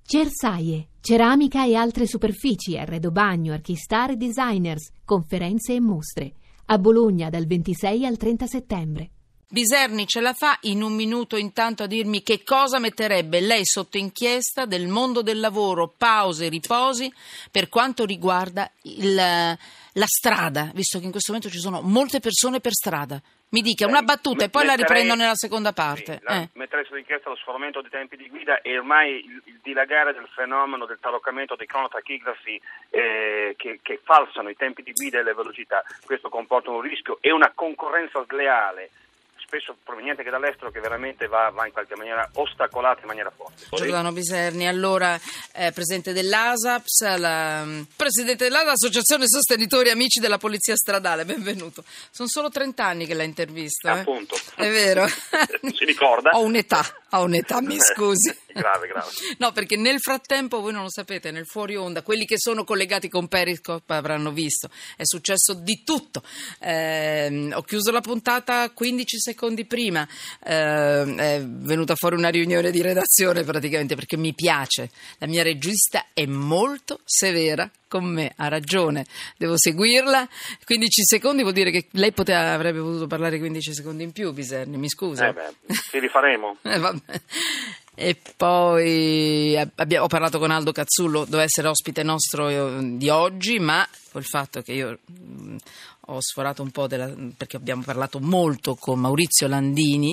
Cersaie, ceramica e altre superfici, arredo bagno, archistar e designers, conferenze e mostre. A Bologna dal 26 al 30 settembre. Biserni ce la fa in un minuto intanto a dirmi che cosa metterebbe lei sotto inchiesta del mondo del lavoro, pause e riposi per quanto riguarda la strada, visto che in questo momento ci sono molte persone per strada. Mi dica una battuta e poi la riprendo nella seconda parte. Mettere sotto inchiesta lo sforamento dei tempi di guida e ormai il dilagare del fenomeno del taroccamento dei cronotachigrafi che falsano i tempi di guida e le velocità. Questo comporta un rischio e una concorrenza sleale, spesso proveniente che dall'estero, che veramente va in qualche maniera ostacolata in maniera forte. Giordano Biserni, allora presidente dell'ASAPS, presidente dell'ASA, Associazione Sostenitori Amici della Polizia Stradale, benvenuto. Sono solo 30 anni che l'ha intervista. Appunto. È vero? Si ricorda? Ho un'età, mi scusi. Grave. No, perché nel frattempo, voi non lo sapete, nel fuori onda, quelli che sono collegati con Periscope avranno visto, è successo di tutto. Ho chiuso la puntata 15 secondi prima, è venuta fuori una riunione di redazione praticamente, perché mi piace, la mia regista è molto severa con me, ha ragione, devo seguirla. 15 secondi vuol dire che lei avrebbe potuto parlare 15 secondi in più, Biserni, mi scusa. Ci rifaremo. Vabbè. E poi ho parlato con Aldo Cazzullo, doveva essere ospite nostro di oggi, ma col fatto che io ho sforato un po' perché abbiamo parlato molto con Maurizio Landini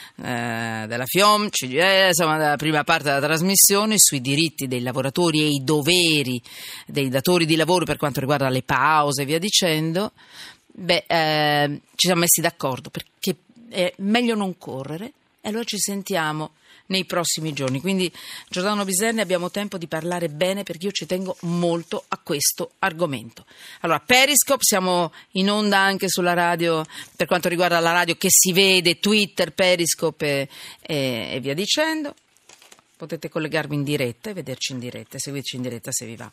della FIOM, insomma della prima parte della trasmissione sui diritti dei lavoratori e i doveri dei datori di lavoro per quanto riguarda le pause e via dicendo. Ci siamo messi d'accordo perché è meglio non correre e allora ci sentiamo nei prossimi giorni. Quindi, Giordano Biserni, abbiamo tempo di parlare bene perché io ci tengo molto a questo argomento. Allora, Periscope, siamo in onda anche sulla radio, per quanto riguarda la radio che si vede, Twitter, Periscope e via dicendo. Potete collegarvi in diretta e vederci in diretta, e seguirci in diretta se vi va.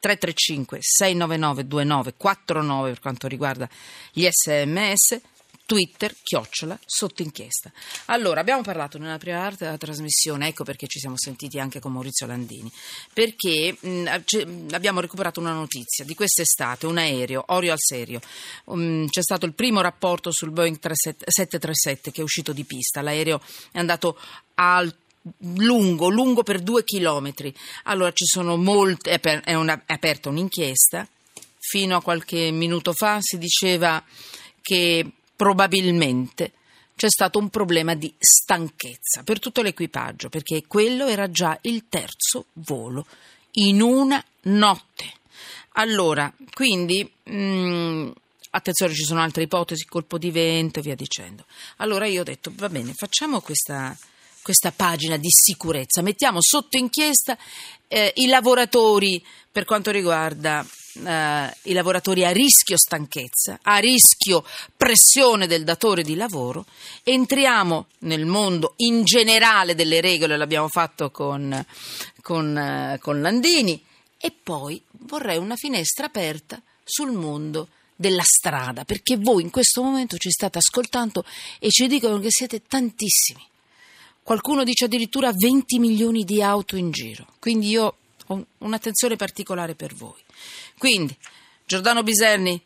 335 699 2949 per quanto riguarda gli SMS. Twitter, @sotto inchiesta. Allora, abbiamo parlato nella prima parte della trasmissione, ecco perché ci siamo sentiti anche con Maurizio Landini, perché abbiamo recuperato una notizia di quest'estate, un aereo, Orio al serio. C'è stato il primo rapporto sul Boeing 737 che è uscito di pista, l'aereo è andato lungo per 2 chilometri. Allora ci sono è aperta un'inchiesta, fino a qualche minuto fa si diceva che probabilmente c'è stato un problema di stanchezza per tutto l'equipaggio, perché quello era già il terzo volo in una notte. Allora, quindi, attenzione, ci sono altre ipotesi, colpo di vento e via dicendo. Allora io ho detto, va bene, facciamo questa pagina di sicurezza, mettiamo sotto inchiesta i lavoratori per quanto riguarda i lavoratori a rischio stanchezza, a rischio pressione del datore di lavoro. Entriamo nel mondo in generale delle regole, l'abbiamo fatto con Landini, e poi vorrei una finestra aperta sul mondo della strada, perché voi in questo momento ci state ascoltando e ci dicono che siete tantissimi. Qualcuno dice addirittura 20 milioni di auto in giro, quindi io ho un'attenzione particolare per voi. Quindi, Giordano Biserni,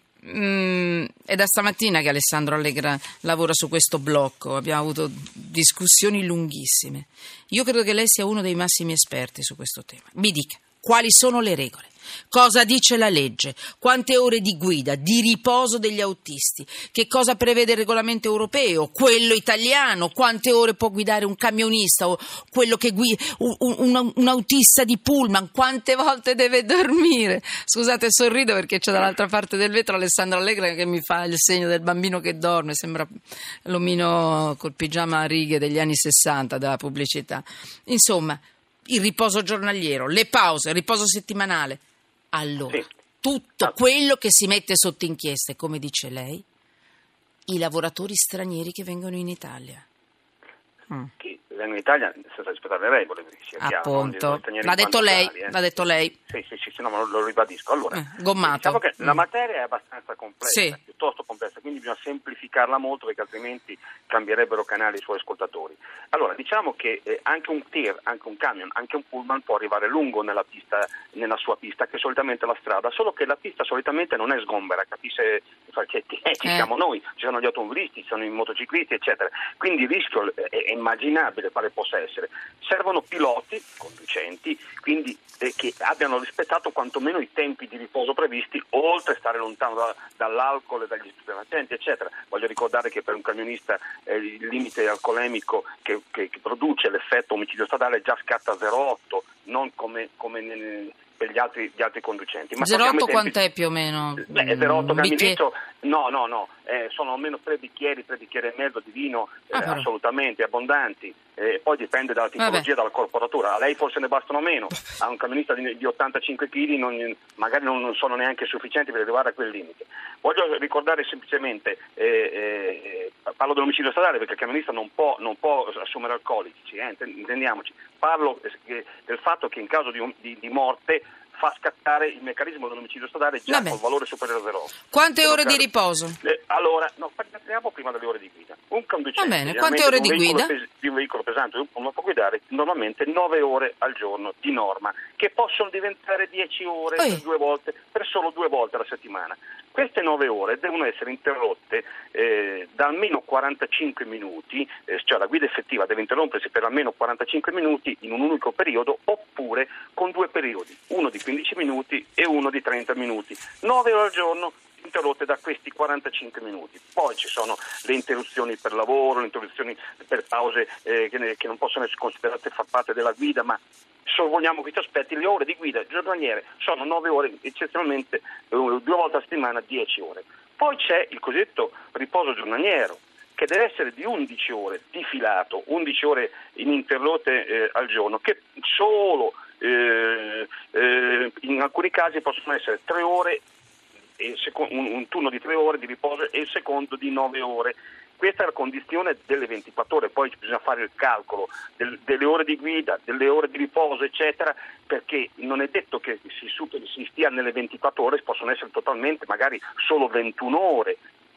è da stamattina che Alessandro Allegra lavora su questo blocco, abbiamo avuto discussioni lunghissime. Io credo che lei sia uno dei massimi esperti su questo tema. Mi dica, quali sono le regole? Cosa dice la legge? Quante ore di guida, di riposo degli autisti? Che cosa prevede il regolamento europeo? Quello italiano? Quante ore può guidare un camionista o quello che guida un autista di pullman? Quante volte deve dormire? Scusate, sorrido perché c'è dall'altra parte del vetro Alessandro Allegra che mi fa il segno del bambino che dorme, sembra l'omino col pigiama a righe degli anni 60 della pubblicità. Insomma, il riposo giornaliero, le pause, il riposo settimanale. Allora, sì, tutto quello che si mette sotto inchiesta, come dice lei, i lavoratori stranieri che vengono in Italia. Che vengono in Italia senza rispettare le regole, sia appunto, chiaro, l'ha detto lei. Sì, no, ma lo ribadisco. Allora, gommato. diciamo che la materia è abbastanza complessa, sì, piuttosto complessa. quindi bisogna semplificarla molto perché altrimenti cambierebbero canali i suoi ascoltatori. Allora, diciamo che anche un tir, anche un camion, anche un pullman può arrivare lungo nella sua pista, che è solitamente la strada, solo che la pista solitamente non è sgombera, capisce che ci siamo noi, ci sono gli automobilisti, ci sono i motociclisti, eccetera. Quindi il rischio è immaginabile quale possa essere. Servono piloti, conducenti, quindi che abbiano rispettato quantomeno i tempi di riposo previsti, oltre a stare lontano dall'alcol e dagli stupefacenti, eccetera. Voglio ricordare che per un camionista il limite alcolemico che produce l'effetto omicidio stradale già scatta 0,8, non come per gli altri conducenti. Ma 0,8 quant'è più o meno? 0,8 grammi litro, no, sono almeno 3 bicchieri e mezzo di vino, assolutamente abbondanti. Poi dipende dalla tipologia, dalla corporatura. A lei forse ne bastano meno, a un camionista di 85 kg magari non sono neanche sufficienti per arrivare a quel limite. Voglio ricordare semplicemente, parlo dell'omicidio stradale perché il camionista non può assumere alcolici, intendiamoci. Parlo del fatto che in caso di morte fa scattare il meccanismo dell'omicidio stradale già con valore superiore a 0,8. Quante ore di riposo? Allora, parliamo prima delle ore di guida. Un conducente va bene, quante ore di guida? Di un veicolo pesante non può guidare normalmente 9 ore al giorno di norma, che possono diventare 10 ore per solo 2 volte alla settimana. Queste 9 ore devono essere interrotte da almeno 45 minuti, cioè la guida effettiva deve interrompersi per almeno 45 minuti in un unico periodo, oppure con 2 periodi, uno di 15 minuti e uno di 30 minuti. 9 ore al giorno interrotte da questi 45 minuti. Poi ci sono le interruzioni per lavoro, le interruzioni per pause che non possono essere considerate far parte della guida, ma sorvoliamo questi aspetti. Le ore di guida giornaliere sono 9 ore, eccezionalmente 2 volte a settimana 10 ore. Poi c'è il cosiddetto riposo giornaliero, che deve essere di 11 ore di filato, 11 ore ininterrotte al giorno, che solo in alcuni casi possono essere 3 ore, un turno di 3 ore di riposo e il secondo di 9 ore. Questa è la condizione delle 24 ore, poi bisogna fare il calcolo delle ore di guida, delle ore di riposo, eccetera, perché non è detto che si stia nelle 24 ore, possono essere totalmente magari solo 21 ore.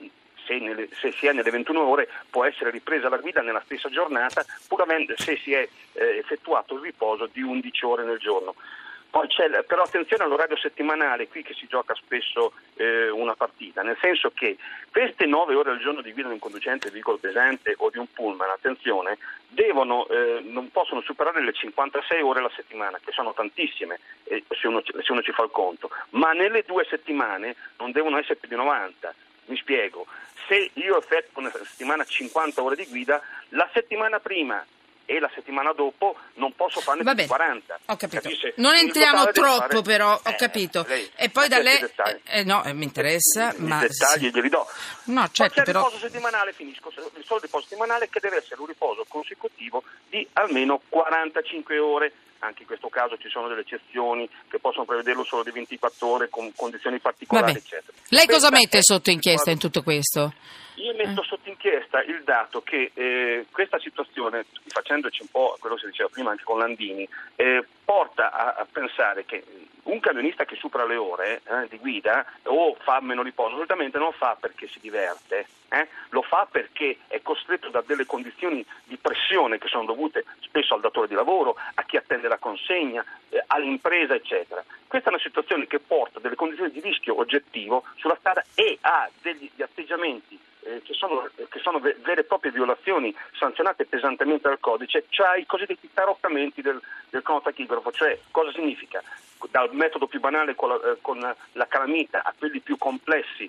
Se si è nelle 21 ore può essere ripresa la guida nella stessa giornata, pur se si è effettuato il riposo di 11 ore nel giorno. Poi c'è però attenzione all'orario settimanale, qui che si gioca spesso una partita, nel senso che queste 9 ore al giorno di guida di un conducente di veicolo pesante o di un pullman, attenzione, non possono superare le 56 ore alla settimana, che sono tantissime se uno ci fa il conto, ma nelle 2 settimane non devono essere più di 90. Mi spiego, se io effettuo una settimana 50 ore di guida, la settimana prima e la settimana dopo non posso farne più di 40. Ho capito. Capisce? Non entriamo troppo fare... però, ho capito. E poi da lei mi interessa, ma i dettagli glieli do. No, certo, poi c'è però il riposo settimanale, il solo riposo settimanale, che deve essere un riposo consecutivo di almeno 45 ore. Anche in questo caso ci sono delle eccezioni che possono prevederlo solo di 24 ore con condizioni particolari, eccetera. Lei cosa mette sotto inchiesta in tutto questo? Io metto sotto inchiesta il dato che questa situazione, facendoci un po' quello che si diceva prima anche con Landini, porta a pensare che un camionista che supera le ore di guida o fa meno riposo, solitamente non lo fa perché si diverte, lo fa perché è costretto da delle condizioni di pressione che sono dovute spesso al datore di lavoro, a chi attende la consegna, all'impresa, eccetera. Questa è una situazione che porta delle condizioni di rischio oggettivo sulla strada e ha degli atteggiamenti che sono vere e proprie violazioni sanzionate pesantemente dal codice, cioè i cosiddetti taroccamenti del cronotachigrafo. Cioè, cosa significa? Dal metodo più banale con la calamita a quelli più complessi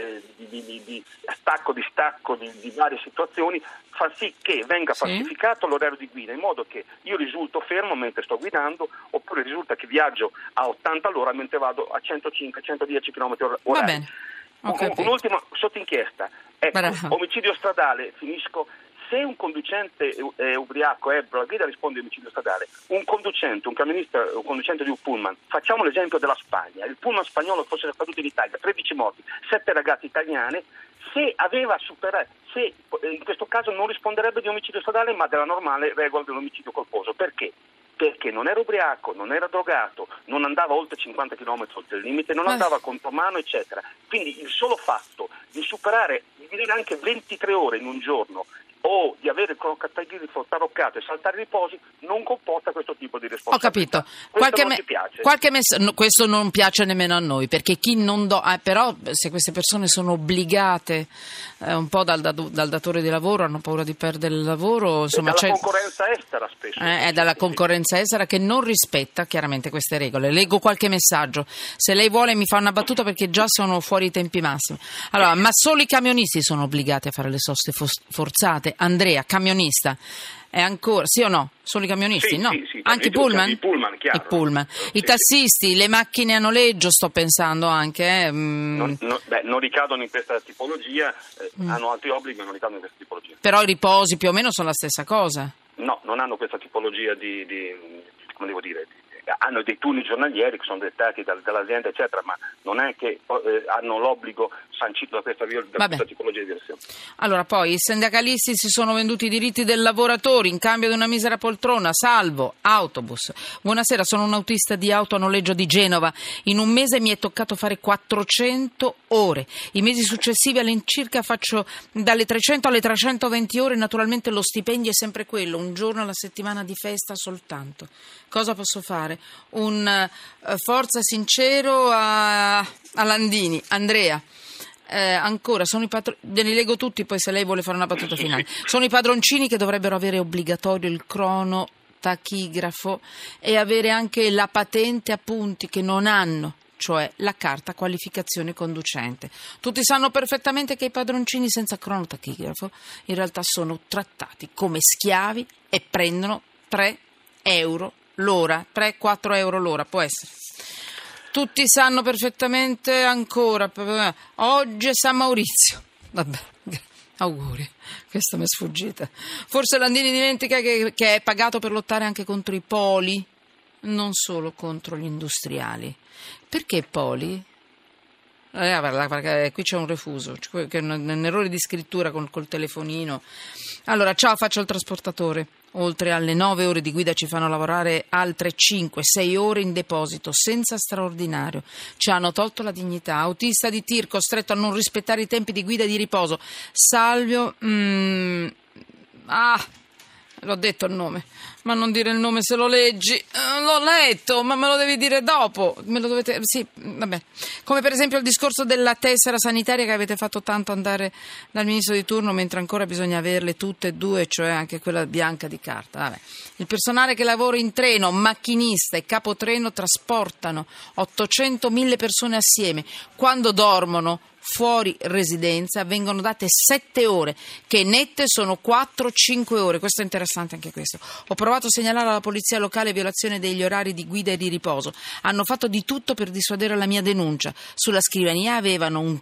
di stacco di varie situazioni, fa sì che venga falsificato l'orario di guida, in modo che io risulto fermo mentre sto guidando, oppure risulta che viaggio a 80 all'ora mentre vado a 105-110 km/h. Va bene. Un'ultima sotto inchiesta. Omicidio stradale, finisco. Se un conducente ubriaco, ebbro, la guida risponde a omicidio stradale. Un camionista, un conducente di un pullman, facciamo l'esempio della Spagna. Il pullman spagnolo fosse accaduto in Italia, 13 morti, 7 ragazze italiane. Se in questo caso non risponderebbe di omicidio stradale, ma della normale regola dell'omicidio colposo. Perché? Perché non era ubriaco, non era drogato, non andava oltre 50 km oltre il limite, non andava contromano, eccetera. Quindi il solo fatto di superare, di vedere anche 23 ore in un giorno o di avere il cronocattagrifo taroccato e saltare i riposi non comporta questo tipo di responsabilità. Ho capito. Piace. Questo non piace nemmeno a noi, perché chi non però se queste persone sono obbligate un po' dal datore di lavoro, hanno paura di perdere il lavoro, insomma, e dalla concorrenza estera spesso. È dalla concorrenza estera che non rispetta chiaramente queste regole. Leggo qualche messaggio. Se lei vuole mi fa una battuta perché già sono fuori i tempi massimi. Allora, ma solo i camionisti sono obbligati a fare le soste forzate? Andrea, camionista, è ancora, sì o no? Solo i camionisti? Sì, no. sì, Anche i pullman? I pullman, chiaro. I pullman. I tassisti, le macchine a noleggio, sto pensando anche. Non ricadono in questa tipologia, hanno altri obblighi ma non ricadono in questa tipologia. Però i riposi più o meno sono la stessa cosa. No, non hanno questa tipologia di come devo dire, hanno dei turni giornalieri che sono dettati dall'azienda eccetera, ma non è che hanno l'obbligo sancito da questa tipologia di direzione. Allora, poi i sindacalisti si sono venduti i diritti del lavoratore in cambio di una misera poltrona. Salvo, autobus. Buonasera, sono un autista di auto a noleggio di Genova. In un mese mi è toccato fare 400 ore. I mesi successivi all'incirca faccio dalle 300 alle 320 ore. Naturalmente lo stipendio è sempre quello, un giorno alla settimana di festa soltanto. Cosa posso fare? Un forza sincero a Landini. Andrea. Ancora, sono ve li leggo tutti, poi se lei vuole fare una battuta finale. Sono i padroncini che dovrebbero avere obbligatorio il cronotachigrafo e avere anche la patente a punti che non hanno, cioè la carta qualificazione conducente. Tutti sanno perfettamente che i padroncini senza cronotachigrafo in realtà sono trattati come schiavi e prendono 3 euro l'ora, 3-4 euro l'ora, può essere. Tutti sanno perfettamente ancora. Oggi è San Maurizio. Vabbè, auguri. Questa mi è sfuggita. Forse Landini dimentica che è pagato per lottare anche contro i poli, non solo contro gli industriali. Perché poli? Qui c'è un refuso, che è un errore di scrittura col telefonino. Allora, ciao, faccio il trasportatore. Oltre alle 9 ore di guida ci fanno lavorare altre 5-6 ore in deposito, senza straordinario. Ci hanno tolto la dignità. Autista di tir, costretto a non rispettare i tempi di guida e di riposo. Salvio... l'ho detto il nome, ma non dire il nome se lo leggi. L'ho letto, ma me lo devi dire dopo. Me lo dovete... Sì, vabbè. Come per esempio il discorso della tessera sanitaria che avete fatto tanto andare dal ministro di turno, mentre ancora bisogna averle tutte e due, cioè anche quella bianca di carta. Vabbè. Il personale che lavora in treno, macchinista e capotreno, trasportano 800.000 persone assieme. Quando dormono fuori residenza vengono date 7 ore, che nette sono 4-5 ore. Questo è interessante anche questo. Ho provato a segnalare alla polizia locale violazione degli orari di guida e di riposo. Hanno fatto di tutto per dissuadere la mia denuncia. Sulla scrivania avevano un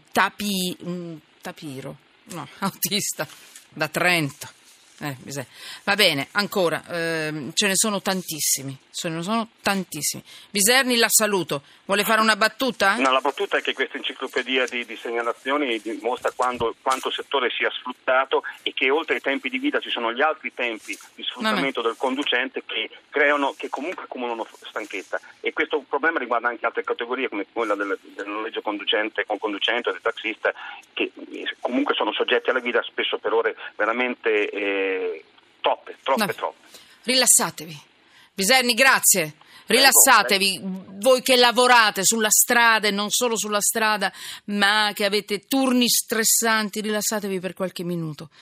autista da Trento. Va bene, ancora, ce ne sono tantissimi. Biserni, la saluto. Vuole fare una battuta? No, la battuta è che questa enciclopedia di segnalazioni dimostra quanto il settore sia sfruttato e che oltre ai tempi di guida ci sono gli altri tempi di sfruttamento del conducente che comunque accumulano stanchezza, e questo problema riguarda anche altre categorie come quella del noleggio conducente o del taxista, che comunque sono soggetti alla guida spesso per ore veramente troppe. Rilassatevi. Biserni, grazie. Rilassatevi, voi che lavorate sulla strada e non solo sulla strada, ma che avete turni stressanti, rilassatevi per qualche minuto.